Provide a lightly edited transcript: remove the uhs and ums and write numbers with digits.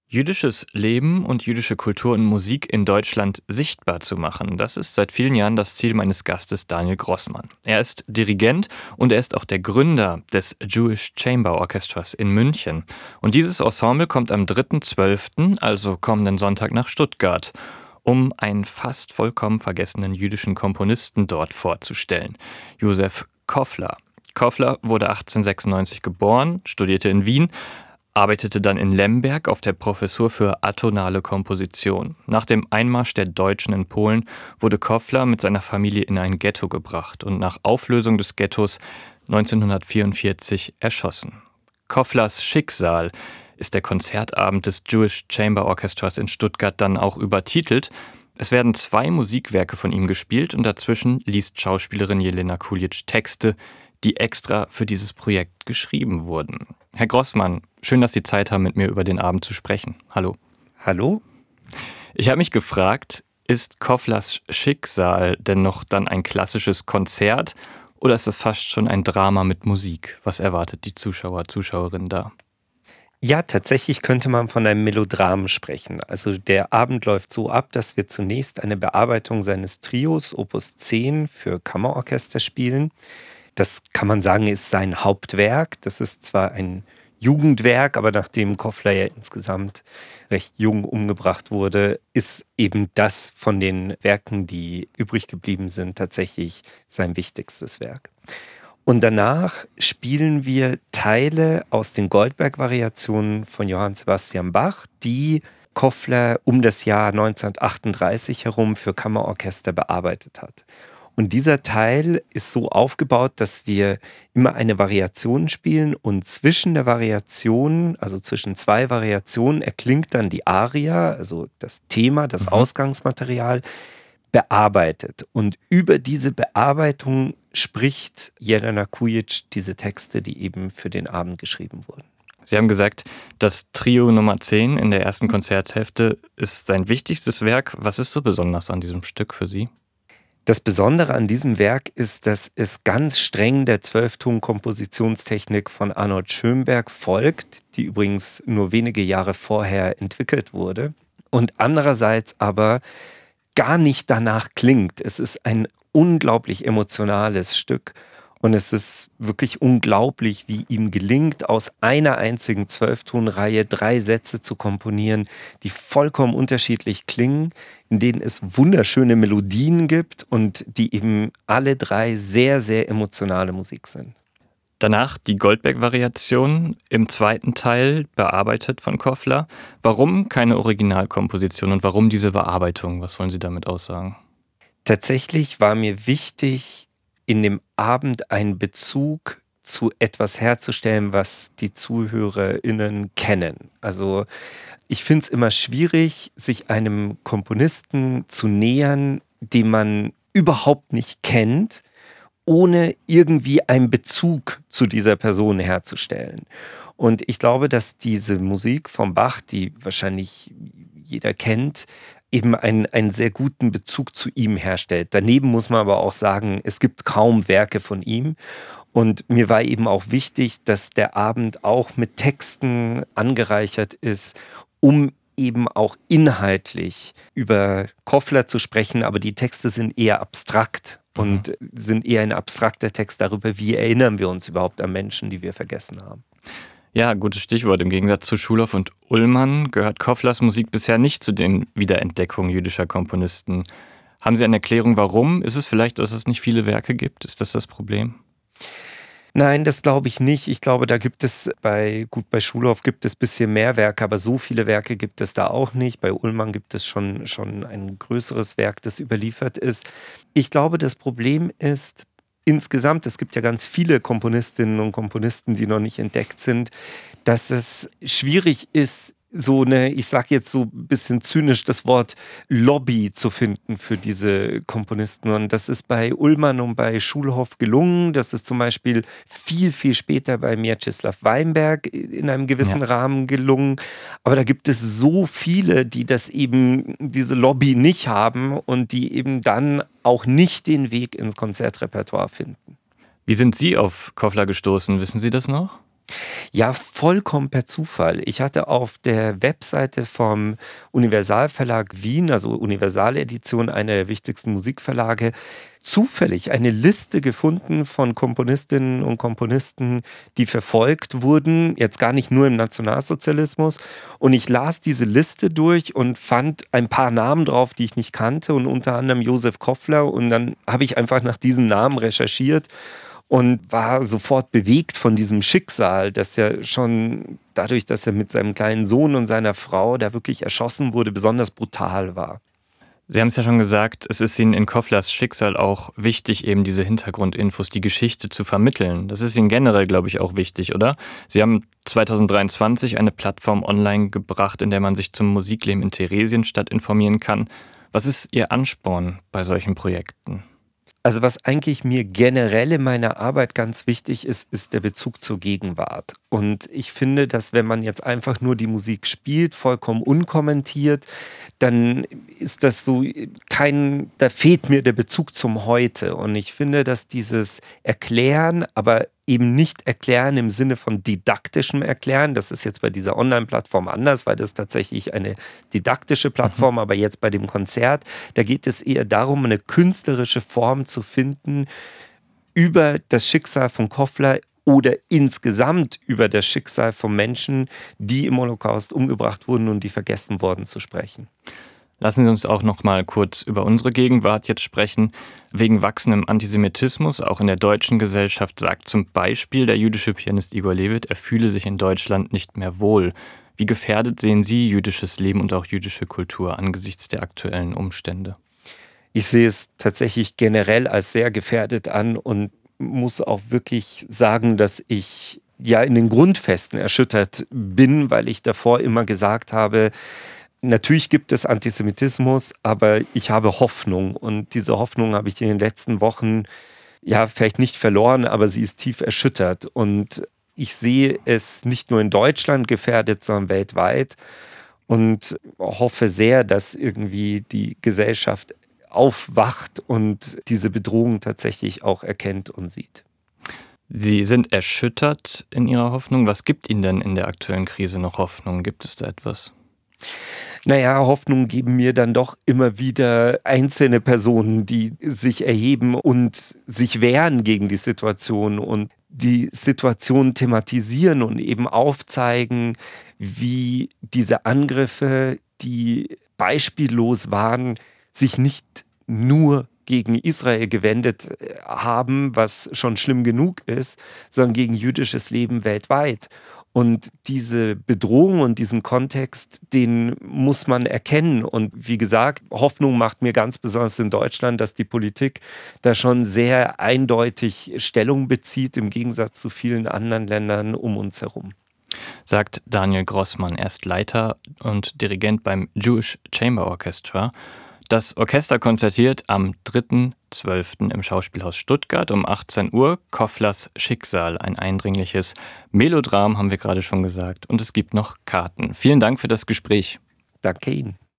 Jüdisches Leben und jüdische Kultur und Musik in Deutschland sichtbar zu machen, das ist seit vielen Jahren das Ziel meines Gastes Daniel Grossmann. Er ist Dirigent und er ist auch der Gründer des Jewish Chamber Orchestras in München. Und dieses Ensemble kommt am 3.12., also kommenden Sonntag, nach Stuttgart, um einen fast vollkommen vergessenen jüdischen Komponisten dort vorzustellen, Josef Koffler. Koffler wurde 1896 geboren, studierte in Wien, arbeitete dann in Lemberg auf der Professur für atonale Komposition. Nach dem Einmarsch der Deutschen in Polen wurde Koffler mit seiner Familie in ein Ghetto gebracht und nach Auflösung des Ghettos 1944 erschossen. Kofflers Schicksal ist der Konzertabend des Jewish Chamber Orchestras in Stuttgart dann auch übertitelt. Es werden 2 Musikwerke von ihm gespielt und dazwischen liest Schauspielerin Jelena Kulic Texte, die extra für dieses Projekt geschrieben wurden. Herr Grossmann, schön, dass Sie Zeit haben, mit mir über den Abend zu sprechen. Hallo. Hallo? Ich habe mich gefragt, ist Kofflers Schicksal denn noch dann ein klassisches Konzert oder ist das fast schon ein Drama mit Musik? Was erwartet die Zuschauer, Zuschauerinnen da? Ja, tatsächlich könnte man von einem Melodram sprechen. Also der Abend läuft so ab, dass wir zunächst eine Bearbeitung seines Trios Opus 10 für Kammerorchester spielen. Das kann man sagen, ist sein Hauptwerk. Das ist zwar ein Jugendwerk, aber nachdem Koffler ja insgesamt recht jung umgebracht wurde, ist eben das von den Werken, die übrig geblieben sind, tatsächlich sein wichtigstes Werk. Und danach spielen wir Teile aus den Goldberg-Variationen von Johann Sebastian Bach, die Koffler um das Jahr 1938 herum für Kammerorchester bearbeitet hat. Und dieser Teil ist so aufgebaut, dass wir immer eine Variation spielen und zwischen der Variation, also zwischen 2 Variationen, erklingt dann die Aria, also das Thema, das Ausgangsmaterial, bearbeitet. Und über diese Bearbeitung spricht Jelena Kujic diese Texte, die eben für den Abend geschrieben wurden. Sie haben gesagt, das Trio Nummer 10 in der ersten Konzerthälfte ist sein wichtigstes Werk. Was ist so besonders an diesem Stück für Sie? Das Besondere an diesem Werk ist, dass es ganz streng der 12-Ton-Kompositionstechnik von Arnold Schönberg folgt, die übrigens nur wenige Jahre vorher entwickelt wurde und andererseits aber gar nicht danach klingt. Es ist ein unglaublich emotionales Stück und es ist wirklich unglaublich, wie ihm gelingt, aus einer einzigen 12-Ton-Reihe 3 Sätze zu komponieren, die vollkommen unterschiedlich klingen, in denen es wunderschöne Melodien gibt und die eben alle 3 sehr, sehr emotionale Musik sind. Danach die Goldberg-Variation im zweiten Teil, bearbeitet von Koffler. Warum keine Originalkomposition und warum diese Bearbeitung? Was wollen Sie damit aussagen? Tatsächlich war mir wichtig, in dem Abend einen Bezug zu etwas herzustellen, was die ZuhörerInnen kennen. Also ich finde es immer schwierig, sich einem Komponisten zu nähern, den man überhaupt nicht kennt, ohne irgendwie einen Bezug zu dieser Person herzustellen. Und ich glaube, dass diese Musik von Bach, die wahrscheinlich jeder kennt, eben einen sehr guten Bezug zu ihm herstellt. Daneben muss man aber auch sagen, es gibt kaum Werke von ihm. Und mir war eben auch wichtig, dass der Abend auch mit Texten angereichert ist, um eben auch inhaltlich über Koffler zu sprechen, aber die Texte sind eher abstrakt und sind eher ein abstrakter Text darüber, wie erinnern wir uns überhaupt an Menschen, die wir vergessen haben. Ja, gutes Stichwort. Im Gegensatz zu Schulhoff und Ullmann gehört Kofflers Musik bisher nicht zu den Wiederentdeckungen jüdischer Komponisten. Haben Sie eine Erklärung, warum? Ist es vielleicht, dass es nicht viele Werke gibt? Ist das das Problem? Nein, das glaube ich nicht. Ich glaube, da gibt es bei Schulhoff gibt es ein bisschen mehr Werke, aber so viele Werke gibt es da auch nicht. Bei Ullmann gibt es schon ein größeres Werk, das überliefert ist. Ich glaube, das Problem ist insgesamt, es gibt ja ganz viele Komponistinnen und Komponisten, die noch nicht entdeckt sind, dass es schwierig ist, so eine, ich sage jetzt so ein bisschen zynisch das Wort Lobby zu finden für diese Komponisten. Und das ist bei Ullmann und bei Schulhoff gelungen. Das ist zum Beispiel viel, viel später bei Mieczysław Weinberg in einem gewissen Rahmen gelungen. Aber da gibt es so viele, die das eben, diese Lobby nicht haben und die eben dann auch nicht den Weg ins Konzertrepertoire finden. Wie sind Sie auf Koffler gestoßen? Wissen Sie das noch? Ja, vollkommen per Zufall. Ich hatte auf der Webseite vom Universalverlag Wien, also Universaledition, einer der wichtigsten Musikverlage, zufällig eine Liste gefunden von Komponistinnen und Komponisten, die verfolgt wurden, jetzt gar nicht nur im Nationalsozialismus. Und ich las diese Liste durch und fand ein paar Namen drauf, die ich nicht kannte, und unter anderem Josef Koffler. Und dann habe ich einfach nach diesen Namen recherchiert und war sofort bewegt von diesem Schicksal, das ja schon dadurch, dass er mit seinem kleinen Sohn und seiner Frau da wirklich erschossen wurde, besonders brutal war. Sie haben es ja schon gesagt, es ist Ihnen in Kofflers Schicksal auch wichtig, eben diese Hintergrundinfos, die Geschichte zu vermitteln. Das ist Ihnen generell, glaube ich, auch wichtig, oder? Sie haben 2023 eine Plattform online gebracht, in der man sich zum Musikleben in Theresienstadt informieren kann. Was ist Ihr Ansporn bei solchen Projekten? Also was eigentlich mir generell in meiner Arbeit ganz wichtig ist, ist der Bezug zur Gegenwart. Und ich finde, dass wenn man jetzt einfach nur die Musik spielt, vollkommen unkommentiert, dann ist das so da fehlt mir der Bezug zum Heute. Und ich finde, dass dieses Erklären, aber eben nicht erklären im Sinne von didaktischem Erklären, das ist jetzt bei dieser Online-Plattform anders, weil das tatsächlich eine didaktische Plattform, aber jetzt bei dem Konzert, da geht es eher darum, eine künstlerische Form zu finden, über das Schicksal von Koffler oder insgesamt über das Schicksal von Menschen, die im Holocaust umgebracht wurden und die vergessen wurden, zu sprechen. Lassen Sie uns auch noch mal kurz über unsere Gegenwart jetzt sprechen. Wegen wachsendem Antisemitismus, auch in der deutschen Gesellschaft, sagt zum Beispiel der jüdische Pianist Igor Levit, er fühle sich in Deutschland nicht mehr wohl. Wie gefährdet sehen Sie jüdisches Leben und auch jüdische Kultur angesichts der aktuellen Umstände? Ich sehe es tatsächlich generell als sehr gefährdet an und muss auch wirklich sagen, dass ich ja in den Grundfesten erschüttert bin, weil ich davor immer gesagt habe, natürlich gibt es Antisemitismus, aber ich habe Hoffnung. Und diese Hoffnung habe ich in den letzten Wochen ja vielleicht nicht verloren, aber sie ist tief erschüttert. Und ich sehe es nicht nur in Deutschland gefährdet, sondern weltweit. Und hoffe sehr, dass irgendwie die Gesellschaft aufwacht und diese Bedrohung tatsächlich auch erkennt und sieht. Sie sind erschüttert in Ihrer Hoffnung. Was gibt Ihnen denn in der aktuellen Krise noch Hoffnung? Gibt es da etwas? Naja, Hoffnung geben mir dann doch immer wieder einzelne Personen, die sich erheben und sich wehren gegen die Situation und die Situation thematisieren und eben aufzeigen, wie diese Angriffe, die beispiellos waren, sich nicht nur gegen Israel gewendet haben, was schon schlimm genug ist, sondern gegen jüdisches Leben weltweit. Und diese Bedrohung und diesen Kontext, den muss man erkennen. Und wie gesagt, Hoffnung macht mir ganz besonders in Deutschland, dass die Politik da schon sehr eindeutig Stellung bezieht, im Gegensatz zu vielen anderen Ländern um uns herum. Sagt Daniel Grossmann. Er ist Leiter und Dirigent beim Jewish Chamber Orchestra. Das Orchester konzertiert am 3.12. im Schauspielhaus Stuttgart um 18 Uhr. Kofflers Schicksal, ein eindringliches Melodram, haben wir gerade schon gesagt. Und es gibt noch Karten. Vielen Dank für das Gespräch. Danke Ihnen.